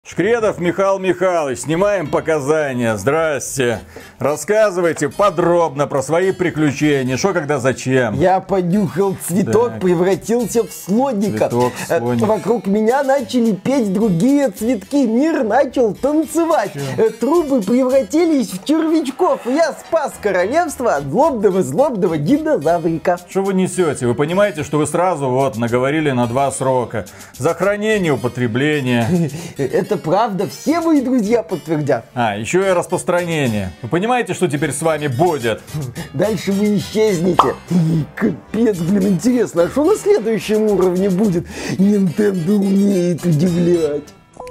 Шкредов Михаил Михайлович, снимаем показания. Здрасте. Рассказывайте подробно про свои приключения. Что, когда, зачем? Я понюхал цветок, так. Превратился в слоника. Вокруг меня начали петь другие цветки. Мир начал танцевать. Трубы превратились в червячков. Я спас королевство от злобного динозаврика. Что вы несете? Вы понимаете, что вы сразу наговорили на 2 срока. За хранение, употребление. Это правда, все мои друзья подтвердят. Еще и распространение. Вы понимаете, что теперь с вами будет? Дальше вы исчезнете. Капец, интересно, а что на следующем уровне будет? Nintendo умеет удивлять.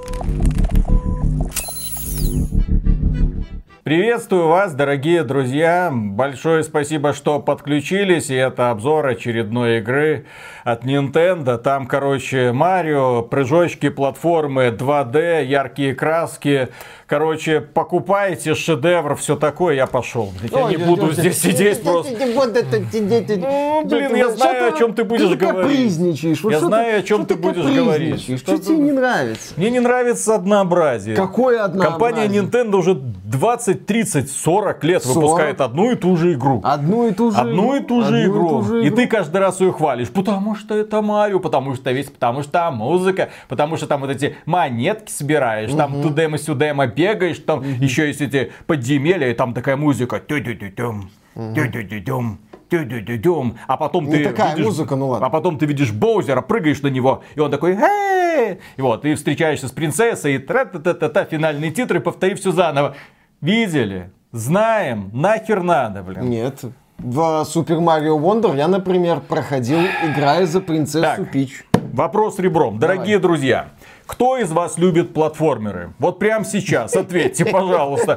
Приветствую вас, дорогие друзья. Большое спасибо, что подключились. И это обзор очередной игры от Nintendo. Там, Марио, прыжочки, платформы, 2D, яркие краски. Покупайте шедевр, все такое, я пошел. Я не буду здесь сидеть просто. Я знаю, о чем ты будешь говорить. Я знаю, о чем ты будешь говорить. Что тебе не нравится? Мне не нравится однообразие. Какое однообразие? Компания Nintendo уже 20, 30, 40 лет выпускает одну и ту же игру. Одну и ту же игру. И ты каждый раз ее хвалишь. Потому что это Марио, потому что там музыка, потому что там вот эти монетки собираешь, там тудема-сюдема бегаешь, там еще есть эти подземелья, и там такая музыка. А потом не такая музыка, ну ладно. А потом ты видишь Боузера, прыгаешь на него, и он такой «Эй!» И встречаешься с принцессой, и тра-та-та-та-та, финальные титры, повтори все заново. Видели? Знаем. Нахер надо, блин. Нет. В Super Mario Wonder я, например, проходил, играя за принцессу Пич. Вопрос ребром. Дорогие друзья, кто из вас любит платформеры? Вот прямо сейчас ответьте, пожалуйста.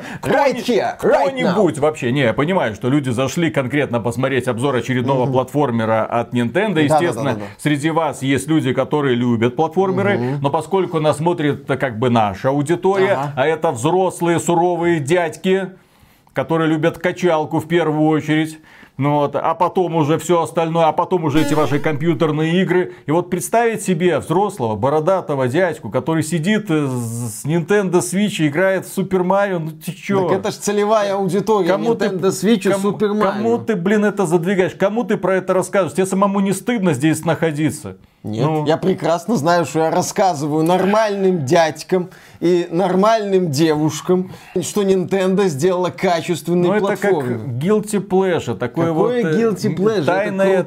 Кто-нибудь вообще. Не, я понимаю, что люди зашли конкретно посмотреть обзор очередного платформера от Nintendo. Естественно, среди вас есть люди, которые любят платформеры. Но поскольку нас смотрит наша аудитория, а это взрослые суровые дядьки, которые любят качалку в первую очередь. А потом уже все остальное, а потом уже эти ваши компьютерные игры. И представить себе взрослого, бородатого дядьку, который сидит с Nintendo Switch и играет в Super Mario, ну ты чё? Так это ж целевая аудитория Nintendo Switch и Super Mario. Кому ты, это задвигаешь? Кому ты про это рассказываешь? Тебе самому не стыдно здесь находиться? Нет, я прекрасно знаю, что я рассказываю нормальным дядькам и нормальным девушкам, что Nintendo сделала качественный платформер. Это как guilty pleasure, Какое guilty pleasure? Тайное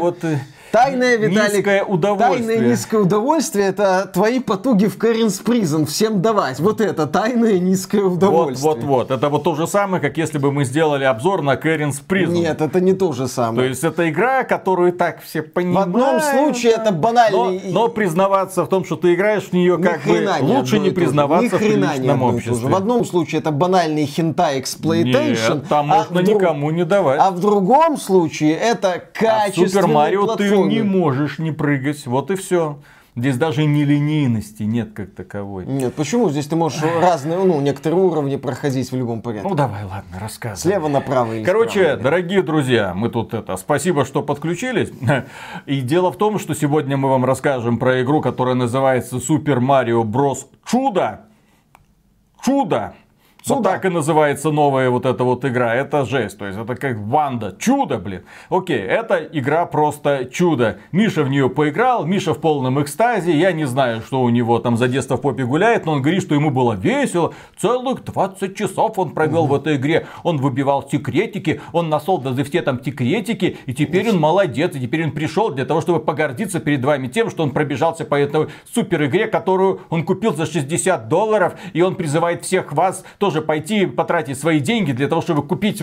Тайное, Виталик, низкое удовольствие. Тайное низкое удовольствие — это твои потуги в Кэринс Призен всем давать. Вот это тайное низкое удовольствие. Это то же самое, как если бы мы сделали обзор на Кэринс Призен. Нет, это не то же самое. То есть это игра, которую так все понимают. В одном случае это банальный... Но признаваться в том, что ты играешь в нее, лучше не признаваться в приличном обществе. В одном случае это банальный хентай-эксплойтейшн. Нет, там можно никому не давать. А в другом случае это качественный платформер. Не можешь не прыгать, вот и все. Здесь даже нелинейности нет как таковой. Нет, почему? Здесь ты можешь разные, некоторые уровни проходить в любом порядке. Давай, ладно, рассказывай. Слева направо и дорогие друзья, мы тут спасибо, что подключились. И дело в том, что сегодня мы вам расскажем про игру, которая называется Super Mario Bros. Чудо. Вот так и называется новая игра. Это жесть. То есть это как Ванда. Чудо, блин. Окей, эта игра просто чудо. Миша в нее поиграл. Миша в полном экстазе. Я не знаю, что у него там за детство в попе гуляет. Но он говорит, что ему было весело. Целых 20 часов он провел в этой игре. Он выбивал секретики. Он нашел даже все там секретики. И теперь он молодец. И теперь он пришел для того, чтобы погордиться перед вами тем, что он пробежался по этой супер игре, которую он купил за $60. И он призывает всех вас тоже пойти потратить свои деньги для того, чтобы купить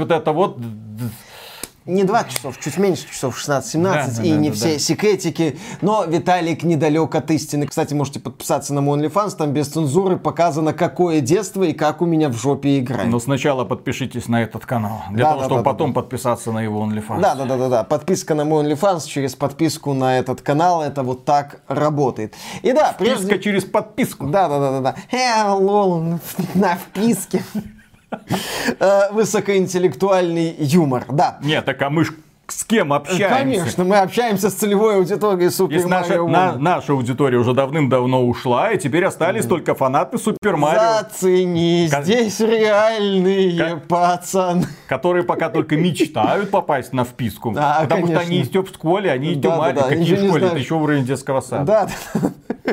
Не 20 часов, чуть меньше часов, 16-17, все секретики. Но Виталик недалек от истины. Кстати, можете подписаться на мой OnlyFans, там без цензуры показано, какое детство и как у меня в жопе играет. Но сначала подпишитесь на этот канал, для того, чтобы потом подписаться на его OnlyFans. Да. Подписка на мой OnlyFans через подписку на этот канал, это вот так работает. И да, Вписка через подписку. Да. Лол, на вписке. Высокоинтеллектуальный юмор, да. Нет, так а мы ж с кем общаемся. Конечно, мы общаемся с целевой аудиторией Супер Марио. Наша аудитория уже давным-давно ушла, и теперь остались только фанаты Супер Марио. Зацени, здесь реальные пацаны. Которые пока только мечтают попасть на вписку. Да, потому конечно. что они еще в школе, они еще маленькие. Какие в школе? Это еще уровень детского сада. Да.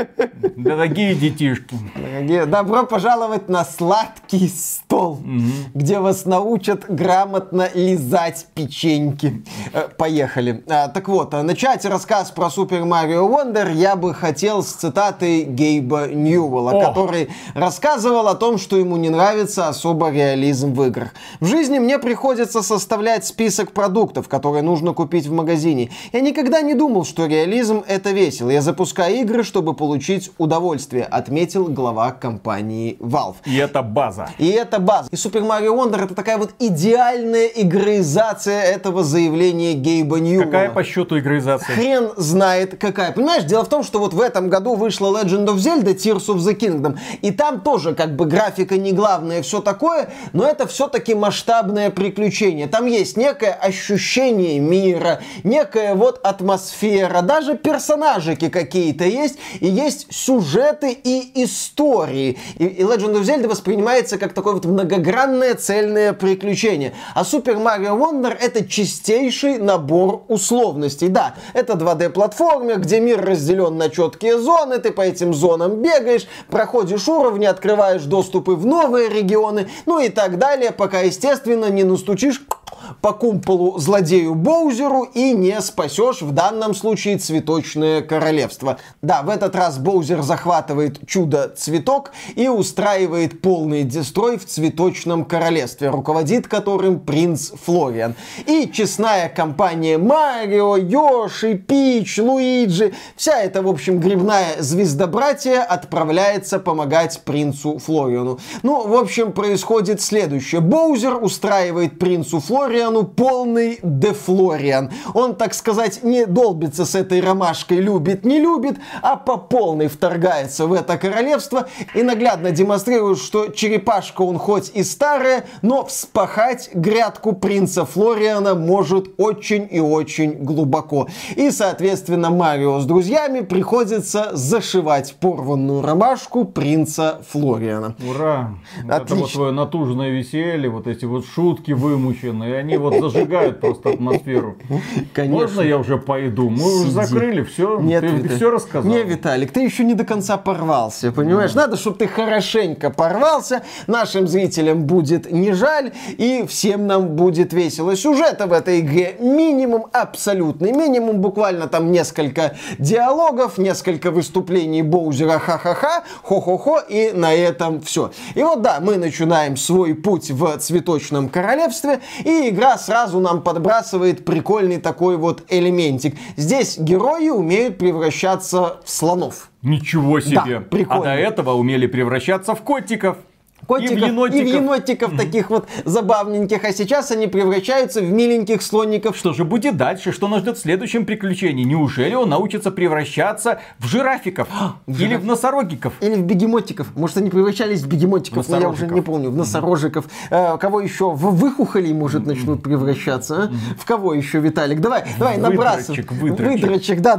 Дорогие детишки. Добро пожаловать на сладкий стол, где вас научат грамотно лизать печеньки. Поехали. Так вот, начать рассказ про Super Mario Wonder я бы хотел с цитаты Гейба Ньюэлла, который рассказывал о том, что ему не нравится особо реализм в играх. В жизни мне приходится составлять список продуктов, которые нужно купить в магазине. Я никогда не думал, что реализм это весело. Я запускаю игры, чтобы получить удовольствие, отметил глава компании Valve. И это база. И Super Mario Wonder это такая вот идеальная игроизация этого заявления Гейба Ньюэлла. Какая по счету игроизация? Хрен знает какая. Понимаешь, дело в том, что вот в этом году вышла Legend of Zelda Tears of the Kingdom, и там тоже как бы графика не главное, все такое, но это все-таки масштабное приключение. Там есть некое ощущение мира, некая вот атмосфера, даже персонажики какие-то есть, и есть сюжеты и истории. И Legend of Zelda воспринимается как такое вот многогранное цельное приключение. А Super Mario Wonder это чистейший набор условностей. Да, это 2D-платформер, где мир разделен на четкие зоны, ты по этим зонам бегаешь, проходишь уровни, открываешь доступы в новые регионы, ну и так далее, пока, естественно, не настучишь по кумполу злодею Боузеру и не спасешь в данном случае Цветочное Королевство. Да, в этот раз Боузер захватывает чудо-цветок и устраивает полный дестрой в Цветочном Королевстве, руководит которым принц Флориан. И честная компания Марио, Йоши, Пич, Луиджи, вся эта, в общем, грибная звездобратья отправляется помогать принцу Флориану. Ну, в общем, происходит следующее. Боузер устраивает принцу Флориану полный дефлориан. Он, так сказать, не долбится с этой ромашкой, любит, не любит, а по полной вторгается в это королевство и наглядно демонстрирует, что черепашка он хоть и старая, но вспахать грядку принца Флориана может очень и очень глубоко. И, соответственно, Марио с друзьями приходится зашивать порванную ромашку принца Флориана. Ура! Отлично. Это вот твое натужное веселье, вот эти вот шутки вымученные, они вот зажигают просто атмосферу. Конечно. Можно я уже пойду? Мы уже закрыли, все. Нет, ты все рассказал? Не, Виталик, ты еще не до конца порвался, понимаешь? Надо, чтобы ты хорошенько порвался, нашим зрителям будет не жаль, и всем нам будет весело. Сюжета в этой игре минимум, абсолютный минимум, буквально там несколько диалогов, несколько выступлений Боузера ха-ха-ха, хо-хо-хо, и на этом все. И вот да, мы начинаем свой путь в Цветочном Королевстве, и игра сразу нам подбрасывает прикольный такой вот элементик. Здесь герои умеют превращаться в слонов. Ничего себе! Да, прикольно. А до этого умели превращаться в котиков. Котиков, и в енотиков таких вот забавненьких, а сейчас они превращаются в миленьких слоников. Что же будет дальше? Что нас ждет в следующем приключении? Неужели он научится превращаться в жирафиков? Или в носорогиков? Или в бегемотиков. Может, они превращались в бегемотиков, но я уже не помню. В носорожиков. Кого еще? В выхухолей, может, начнут превращаться. В кого еще, Виталик? Давай набрасывай. Выдрочек, да.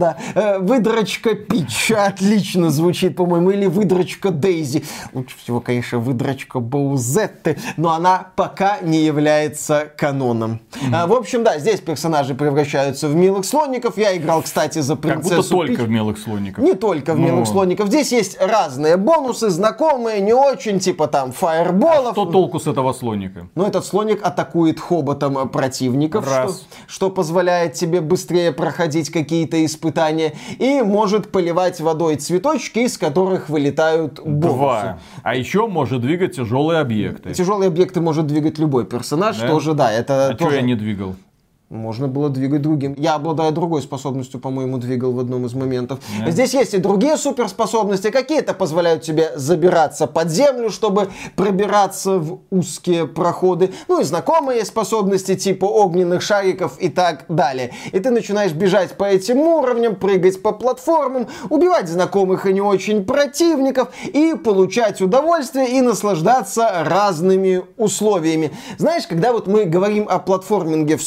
Выдрочка Пич. Отлично звучит, по-моему. Или выдрочка Дейзи. Лучше всего, конечно, выдрочка Боузетты, но она пока не является каноном. В общем, да, здесь персонажи превращаются в милых слоников. Я играл, кстати, за принцессу Как будто только Пич. в милых слоников. Не только в милых слоников. Здесь есть разные бонусы, знакомые, не очень, типа там фаерболов. А что толку с этого слоника? Ну, этот слоник атакует хоботом противников, что позволяет тебе быстрее проходить какие-то испытания, и может поливать водой цветочки, из которых вылетают бонусы. А еще может двигать тяжелые объекты. Тяжелые объекты может двигать любой персонаж, тоже, да. Это что я не двигал? Можно было двигать другим. Я, обладая другой способностью, по-моему, двигал в одном из моментов. Здесь есть и другие суперспособности. Какие-то позволяют тебе забираться под землю, чтобы пробираться в узкие проходы. Ну и знакомые способности типа огненных шариков и так далее. И ты начинаешь бежать по этим уровням, прыгать по платформам, убивать знакомых и не очень противников, и получать удовольствие и наслаждаться разными условиями. Знаешь, когда вот мы говорим о платформинге в Super Mario,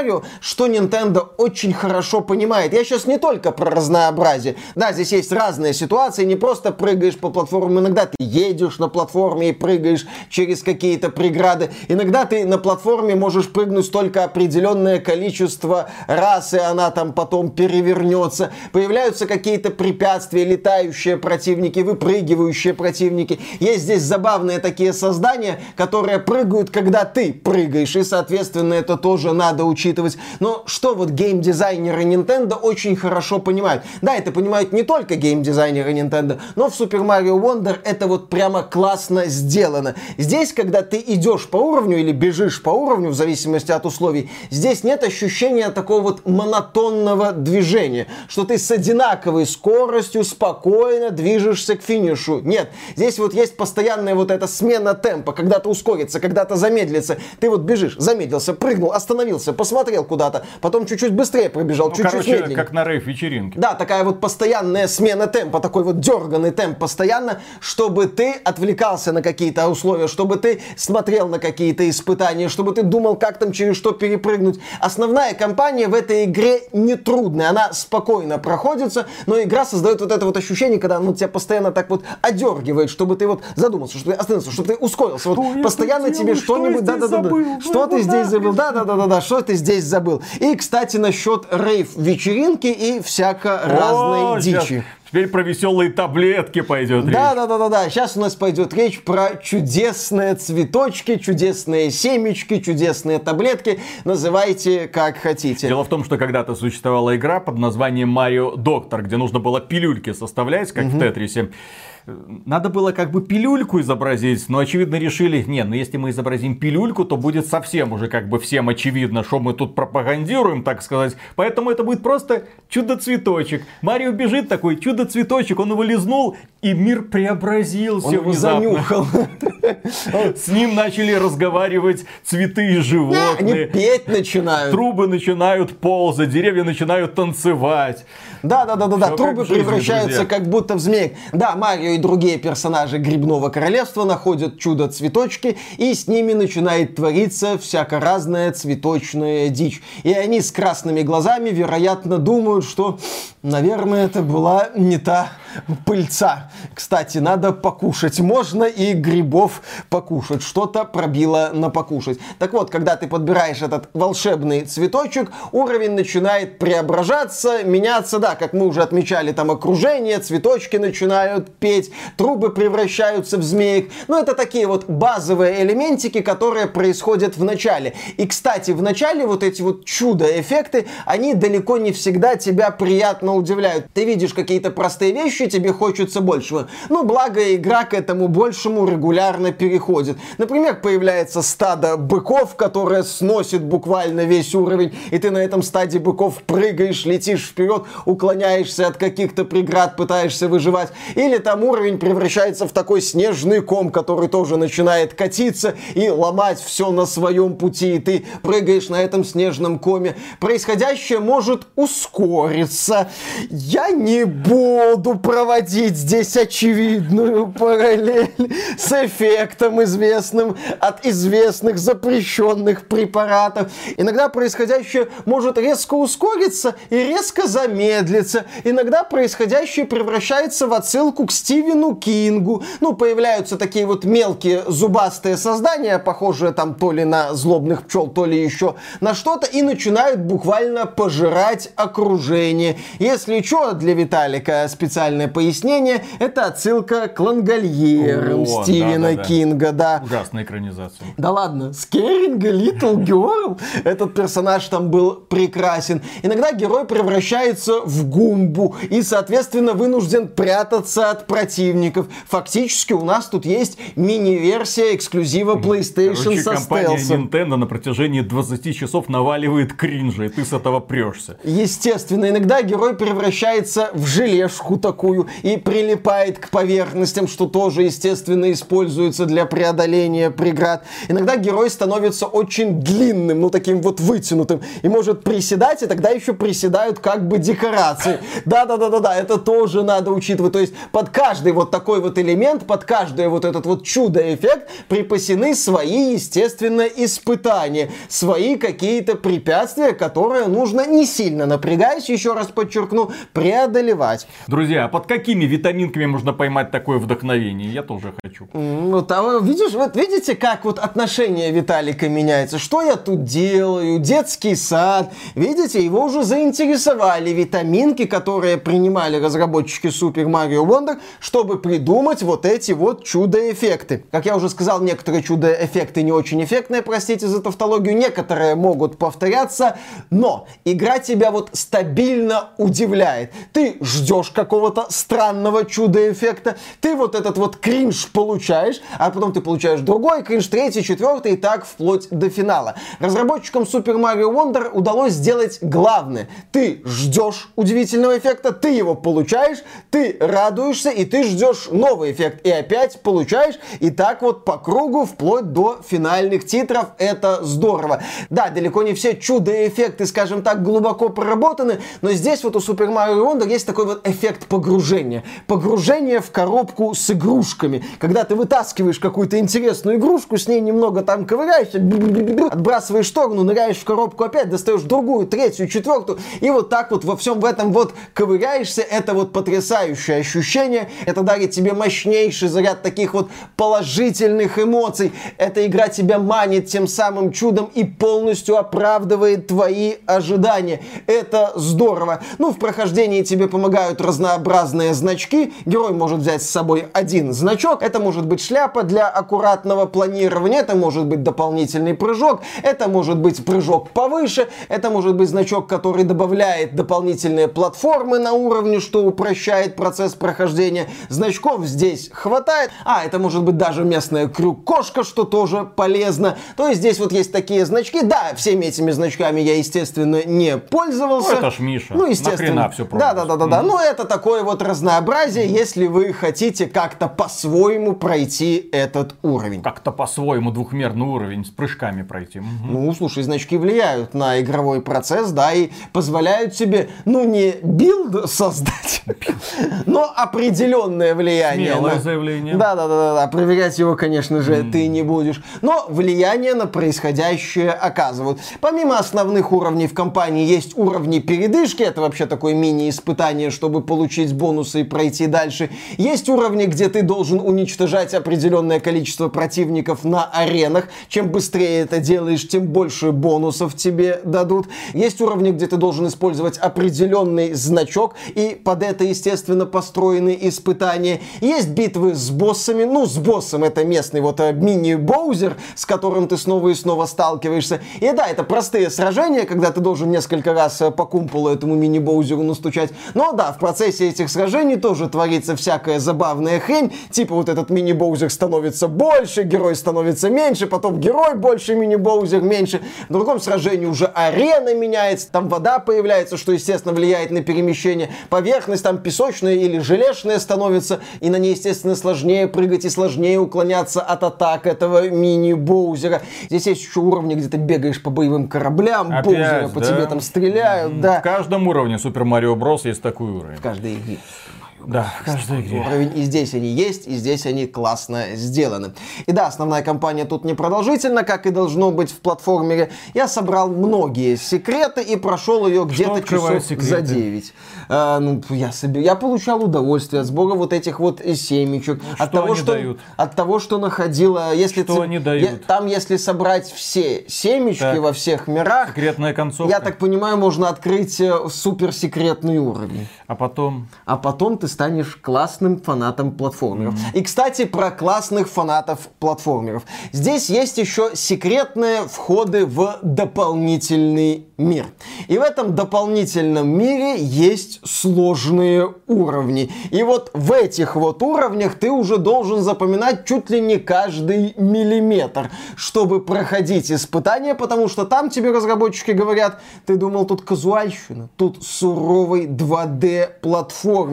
Mario, что Nintendo очень хорошо понимает. Я сейчас не только про разнообразие. Да, здесь есть разные ситуации, не просто прыгаешь по платформам, иногда ты едешь на платформе и прыгаешь через какие-то преграды. Иногда ты на платформе можешь прыгнуть только определенное количество раз, и она там потом перевернется. Появляются какие-то препятствия, летающие противники, выпрыгивающие противники. Есть здесь забавные такие создания, которые прыгают, когда ты прыгаешь, и, соответственно, это тоже надо учитывать. Но что вот геймдизайнеры Nintendo очень хорошо понимают. Да, это понимают не только геймдизайнеры Nintendo, но в Super Mario Wonder это вот прямо классно сделано. Здесь, когда ты идешь по уровню или бежишь по уровню, в зависимости от условий, здесь нет ощущения такого вот монотонного движения, что ты с одинаковой скоростью спокойно движешься к финишу. Нет, здесь вот есть постоянная вот эта смена темпа, когда-то ускорится, когда-то замедлится. Ты вот бежишь, замедлился, прыгнул, остановился, посмотрел куда-то, потом чуть-чуть быстрее пробежал, чуть-чуть медленнее. Как на рейв-вечеринке. Да, такая вот постоянная смена темпа, такой вот дерганный темп постоянно, чтобы ты отвлекался на какие-то условия, чтобы ты смотрел на какие-то испытания, чтобы ты думал, как там через что перепрыгнуть. Основная кампания в этой игре не трудная, она спокойно проходится, но игра создает вот это вот ощущение, когда она тебя постоянно так вот одергивает, чтобы ты вот задумался, чтобы ты остановился, чтобы ты ускорился. Вот постоянно тебе что-нибудь... Да-да-да. Что ты здесь забыл? Да-да-да. Что ты здесь забыл? И, кстати, насчет рейв-вечеринки и всяко разной дичи. Теперь про веселые таблетки пойдет речь. Да. Сейчас у нас пойдет речь про чудесные цветочки, чудесные семечки, чудесные таблетки. Называйте как хотите. Дело в том, что когда-то существовала игра под названием Mario Doctor, где нужно было пилюльки составлять, как в Тетрисе. Надо было как бы пилюльку изобразить, но очевидно решили, если мы изобразим пилюльку, то будет совсем уже как бы всем очевидно, что мы тут пропагандируем, так сказать. Поэтому это будет просто чудо-цветочек. Марио бежит такой, чудо-цветочек, он его лизнул, и мир преобразился он внезапно. Занюхал. С ним начали разговаривать цветы и животные. Они петь начинают. Трубы начинают ползать, деревья начинают танцевать. Да. Трубы превращаются как будто в змеек. Да, Марио и другие персонажи Грибного Королевства находят чудо-цветочки, и с ними начинает твориться всяко разная цветочная дичь. И они с красными глазами, вероятно, думают, что, наверное, это была не та пыльца. Кстати, надо покушать. Можно и грибов покушать. Что-то пробило на покушать. Так вот, когда ты подбираешь этот волшебный цветочек, уровень начинает преображаться, меняться. Да, как мы уже отмечали, там окружение, цветочки начинают петь, трубы превращаются в змеек. Но это такие вот базовые элементики, которые происходят в начале. И, кстати, в начале вот эти вот чудо-эффекты, они далеко не всегда тебя приятно удивляют. Ты видишь какие-то простые вещи, тебе хочется большего. Но благо игра к этому большему регулярно переходит. Например, появляется стадо быков, которое сносит буквально весь уровень, и ты на этом стаде быков прыгаешь, летишь вперед, уклоняешься от каких-то преград, пытаешься выживать. Или там уровень превращается в такой снежный ком, который тоже начинает катиться и ломать все на своем пути, и ты прыгаешь на этом снежном коме. Происходящее может ускориться. Я не буду проводить здесь очевидную параллель с эффектом известным от известных запрещенных препаратов. Иногда происходящее может резко ускориться и резко замедлиться. Иногда происходящее превращается в отсылку к Стивену Кингу. Появляются такие вот мелкие зубастые создания, похожие там то ли на злобных пчел, то ли еще на что-то, и начинают буквально пожирать окружение. Если что, для Виталика специальное пояснение, это отсылка к Лангольерам Стивена Кинга, да. Ужасная экранизация. Да ладно, Scaring a Little Girl, этот персонаж там был прекрасен. Иногда герой превращается в Гумбу и, соответственно, вынужден прятаться от противников. Фактически у нас тут есть мини-версия эксклюзива PlayStation со компания стелсом. Nintendo на протяжении 20 часов наваливает кринжа, и ты с этого прешься. Естественно, иногда герой превращается в желешку такую, напрямую и прилипает к поверхностям, что тоже, естественно, используется для преодоления преград. Иногда герой становится очень длинным, ну таким вот вытянутым, и может приседать, и тогда еще приседают как бы декорации. Да, это тоже надо учитывать. То есть под каждый вот такой вот элемент, под каждый вот этот вот чудо-эффект припасены свои, естественно, испытания, свои какие-то препятствия, которые нужно не сильно напрягаясь, еще раз подчеркну, преодолевать. Друзья, а под какими витаминками можно поймать такое вдохновение? Я тоже хочу. Вот, а видишь, вот видите, как вот отношение Виталика меняется? Что я тут делаю? Детский сад. Видите, его уже заинтересовали витаминки, которые принимали разработчики Super Mario Wonder, чтобы придумать вот эти вот чудо-эффекты. Как я уже сказал, некоторые чудо-эффекты не очень эффектные, простите за тавтологию, некоторые могут повторяться, но игра тебя вот стабильно удивляет. Ты ждешь какого-то странного чудо-эффекта, ты вот этот вот кринж получаешь, а потом ты получаешь другой кринж, третий, четвертый, и так вплоть до финала. Разработчикам Super Mario Wonder удалось сделать главное. Ты ждешь удивительного эффекта, ты его получаешь, ты радуешься, и ты ждешь новый эффект, и опять получаешь, и так вот по кругу вплоть до финальных титров. Это здорово. Да, далеко не все чудо-эффекты, скажем так, глубоко проработаны, но здесь вот у Super Mario Wonder есть такой вот эффект погружения. Погружение в коробку с игрушками. Когда ты вытаскиваешь какую-то интересную игрушку, с ней немного там ковыряешься, отбрасываешь в сторону, ныряешь в коробку опять, достаешь другую, третью, четвертую, и вот так вот во всем в этом вот ковыряешься. Это вот потрясающее ощущение. Это дарит тебе мощнейший заряд таких вот положительных эмоций. Эта игра тебя манит тем самым чудом и полностью оправдывает твои ожидания. Это здорово. Ну, в прохождении тебе помогают разнообразные значки. Герой может взять с собой один значок. Это может быть шляпа для аккуратного планирования. Это может быть дополнительный прыжок. Это может быть прыжок повыше. Это может быть значок, который добавляет дополнительные платформы на уровне, что упрощает процесс прохождения. Значков здесь хватает. Это может быть даже местная крюк-кошка, что тоже полезно. То есть здесь вот есть такие значки. Да, всеми этими значками я, естественно, не пользовался. Ну, это ж Миша. Ну, естественно. Нахрена все пробовать? Да. Но это такое вот разнообразие, если вы хотите как-то по-своему пройти этот уровень. Как-то по-своему двухмерный уровень с прыжками пройти. Ну, слушай, значки влияют на игровой процесс, да, и позволяют тебе, ну, не билд создать, но определенное влияние. Смелое заявление. Да. Проверять его, конечно же, ты не будешь. Но влияние на происходящее оказывают. Помимо основных уровней в кампании есть уровни передышки. Это вообще такое мини-испытание, чтобы получить бонусы и пройти дальше. Есть уровни, где ты должен уничтожать определенное количество противников на аренах. Чем быстрее это делаешь, тем больше бонусов тебе дадут. Есть уровни, где ты должен использовать определенный значок, и под это, естественно, построены испытания. Есть битвы с боссами. Ну, с боссом это местный вот мини-боузер, с которым ты снова и снова сталкиваешься. И да, это простые сражения, когда ты должен несколько раз по кумполу этому мини-боузеру настучать. Но да, в процессе этих сражений тоже творится всякая забавная хрень. Типа вот этот мини-боузер становится больше, герой становится меньше, потом герой больше, мини-боузер меньше. В другом сражении уже арена меняется, там вода появляется, что, естественно, влияет на перемещение. Поверхность там песочная или железная становится, и на ней, естественно, сложнее прыгать и сложнее уклоняться от атак этого мини-боузера. Здесь есть еще уровни, где ты бегаешь по боевым кораблям, опять, боузеры по тебе там стреляют. Да. В каждом уровне Super Mario Bros. Есть такой уровень. В каждой игре. Да, в каждой игре. Уровень. И здесь они есть, и здесь они классно сделаны. И да, основная кампания тут не продолжительна, как и должно быть в платформере. Я собрал многие секреты и прошел ее где-то часов за 9. Я получал удовольствие от сбора вот этих вот семечек. От того, что находила... Что они дают? Там, если собрать все семечки во всех мирах... Секретная концовка. Я так понимаю, можно открыть суперсекретный уровень. А потом ты станешь классным фанатом платформеров. И, кстати, про классных фанатов платформеров. Здесь есть еще секретные входы в дополнительный мир. И в этом дополнительном мире есть сложные уровни. И вот в этих вот уровнях ты уже должен запоминать чуть ли не каждый миллиметр, чтобы проходить испытания, потому что там тебе разработчики говорят: ты думал, тут казуальщина, тут суровый 2D платформер.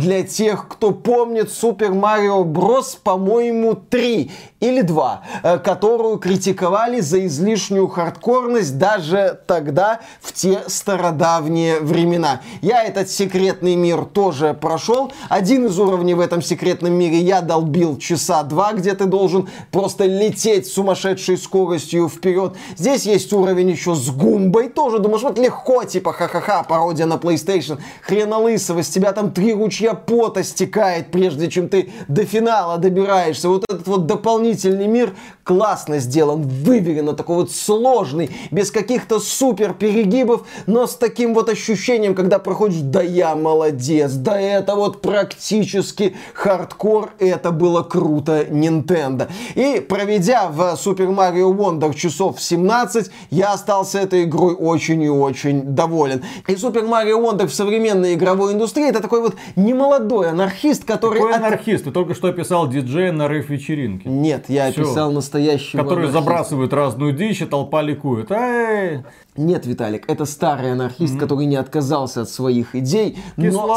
для тех, кто помнит Super Mario Bros., по-моему, 3 или 2, которую критиковали за излишнюю хардкорность даже тогда, в те стародавние времена. Я этот секретный мир тоже прошел. Один из уровней в этом секретном мире я долбил часа 2, где ты должен просто лететь с сумасшедшей скоростью вперед. Здесь есть уровень еще с Гумбой. Тоже думаешь, вот легко, типа ха-ха-ха, пародия на PlayStation. Хрена лысого, с тебя там 3 ручья пота стекает, прежде чем ты до финала добираешься. Вот этот вот дополнительный мир классно сделан, выверенно, такой вот сложный, без каких-то супер перегибов, но с таким вот ощущением, когда проходишь, да я молодец, да это вот практически хардкор, это было круто, Nintendo. И проведя в Super Mario Wonder часов 17, я остался этой игрой очень и очень доволен. И Super Mario Wonder в современной игровой индустрии это такой вот немолодой анархист, который... Какой анархист? Ты только что описал диджея на рейв-вечеринке. Нет, я описал настоящего который анархиста. Забрасывает разную дичь, и толпа ликует. Эй! Нет, Виталик, это старый анархист, который не отказался от своих идей, но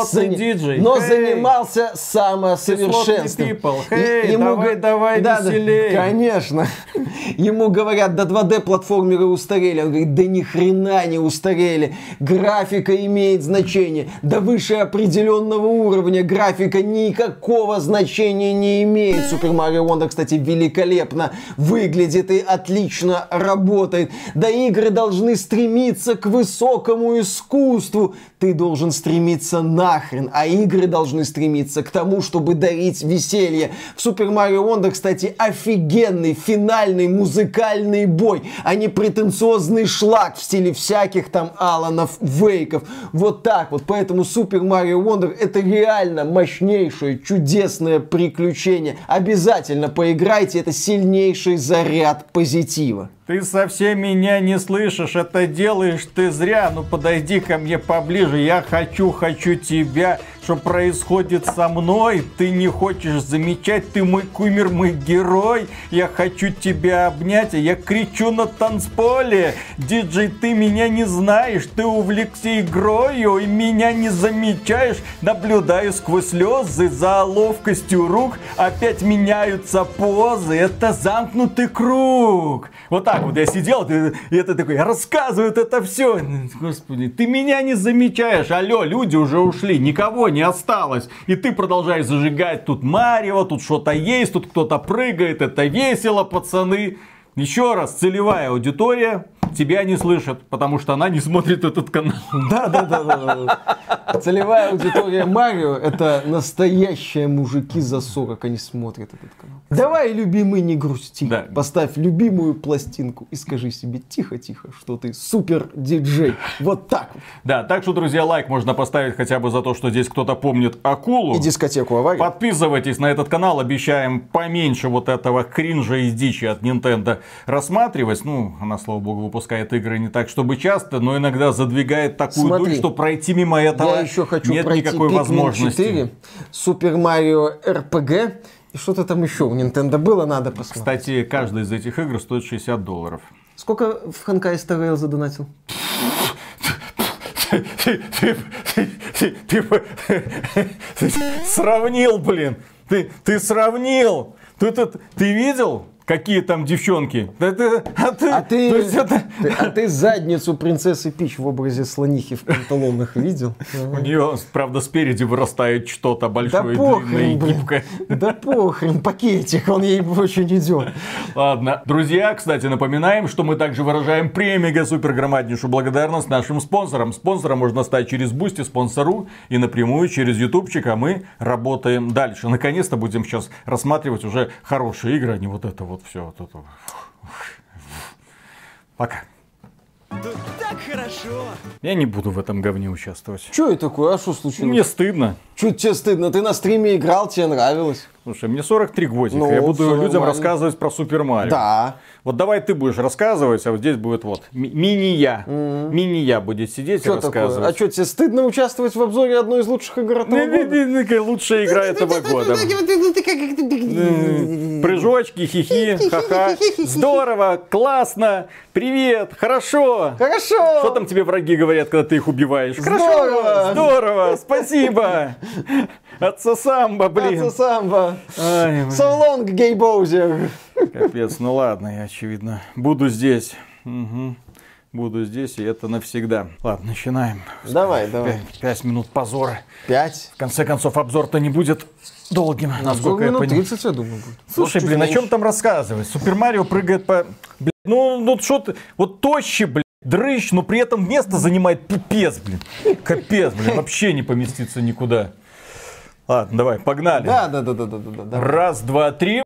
занимался самосовершенством. Давай веселее. Конечно. Ему говорят, да 2D-платформеры устарели. Он говорит, да ни хрена не устарели. Графика имеет значение. Да выше определенного уровня графика никакого значения не имеет. Super Mario Wonder, кстати, великолепно выглядит и отлично работает. Да игры должны стремиться к высокому искусству. Ты должен стремиться нахрен, а игры должны стремиться к тому, чтобы дарить веселье. В Super Mario Wonder, кстати, офигенный финальный музыкальный бой, а не претенциозный шлак в стиле всяких там Аланов Вейков. Вот так вот. Поэтому Super Mario Wonder это реально мощнейшее, чудесное приключение. Обязательно поиграйте, это сильнейший заряд позитива. Ты совсем меня не слышишь, это делаешь ты зря. Ну подойди ко мне поближе, я хочу тебя. Что происходит со мной? Ты не хочешь замечать, ты мой кумир, мой герой. Я хочу тебя обнять, а я кричу на танцполе. Диджей, ты меня не знаешь, ты увлекся игрою и меня не замечаешь. Наблюдаю сквозь слезы за ловкостью рук. Опять меняются позы, это замкнутый круг. Вот так вот я сидел, и это такой, рассказывают это все. Господи, ты меня не замечаешь. Алло, люди уже ушли, никого не осталось. И ты продолжаешь зажигать тут Марио, тут что-то есть, тут кто-то прыгает. Это весело, пацаны. Еще раз, целевая аудитория тебя не слышит, потому что она не смотрит этот канал. Да. Целевая аудитория Марио это настоящие мужики за 40, они смотрят этот канал. Давай, любимый, не грусти. Да. Поставь любимую пластинку и скажи себе тихо-тихо, что ты супер диджей. Вот так вот. Да, так что, друзья, лайк можно поставить хотя бы за то, что здесь кто-то помнит акулу. И дискотеку аварии. Подписывайтесь на этот канал, обещаем поменьше вот этого кринжа и дичи от Nintendo рассматривать. Ну, она, слава богу, выпускает игры не так, чтобы часто, но иногда задвигает такую дурь, что пройти мимо этого нет никакой возможности. 4, Super Mario RPG и что-то там еще у Nintendo было, надо посмотреть. Кстати, каждая из этих игр стоит $60. Сколько в Ханкай Star Rail задонатил? Ты сравнил, блин. Ты сравнил. Ты видел? Какие там девчонки? Ты задницу принцессы Пич в образе слонихи в панталонах видел? У нее, правда, спереди вырастает что-то большое, длинное и гибкое. Да похрен, пакетик, он ей очень идет. Ладно. Друзья, кстати, напоминаем, что мы также выражаем премега-супер громаднейшую благодарность нашим спонсорам. Спонсором можно стать через Boosty, спонсору и напрямую через ютубчик, а мы работаем дальше. Наконец-то будем сейчас рассматривать уже хорошие игры, а не вот это вот все. Пока. Тут так хорошо. Я не буду в этом говне участвовать. Что это такое? А что случилось? Мне стыдно. Что тебе стыдно? Ты на стриме играл, тебе нравилось. Слушай, мне 43 годика. Я буду людям рассказывать про Супер Марио. Да. Вот давай ты будешь рассказывать, а вот здесь будет вот мини-я. Мини-я будет сидеть и рассказывать. Такое? А что, тебе стыдно участвовать в обзоре одной из лучших игр этого года? Лучшая игра этого года. Прыжочки, хихи, ха-ха. Здорово, классно, привет, хорошо. Хорошо. Что там тебе враги говорят, когда ты их убиваешь? Здорово. Здорово, спасибо. Отца самбо, блин. Отца самбо. Ай, So long, гей Боузер. Капец, ну ладно, я, очевидно, буду здесь. Угу. Буду здесь, и это навсегда. Ладно, начинаем. Давай. 5 минут позора. 5? В конце концов, обзор-то не будет долгим, насколько я понимаю. 30, я думаю, будет. Слушай, блин, о чем там рассказывать? Супер Марио прыгает по... Блин, ну что ты... Вот тощий, блин, дрыщ, но при этом место занимает пипец, блин. Капец, блин, вообще не поместится никуда. Ладно, давай, погнали. Да. Раз, два, три.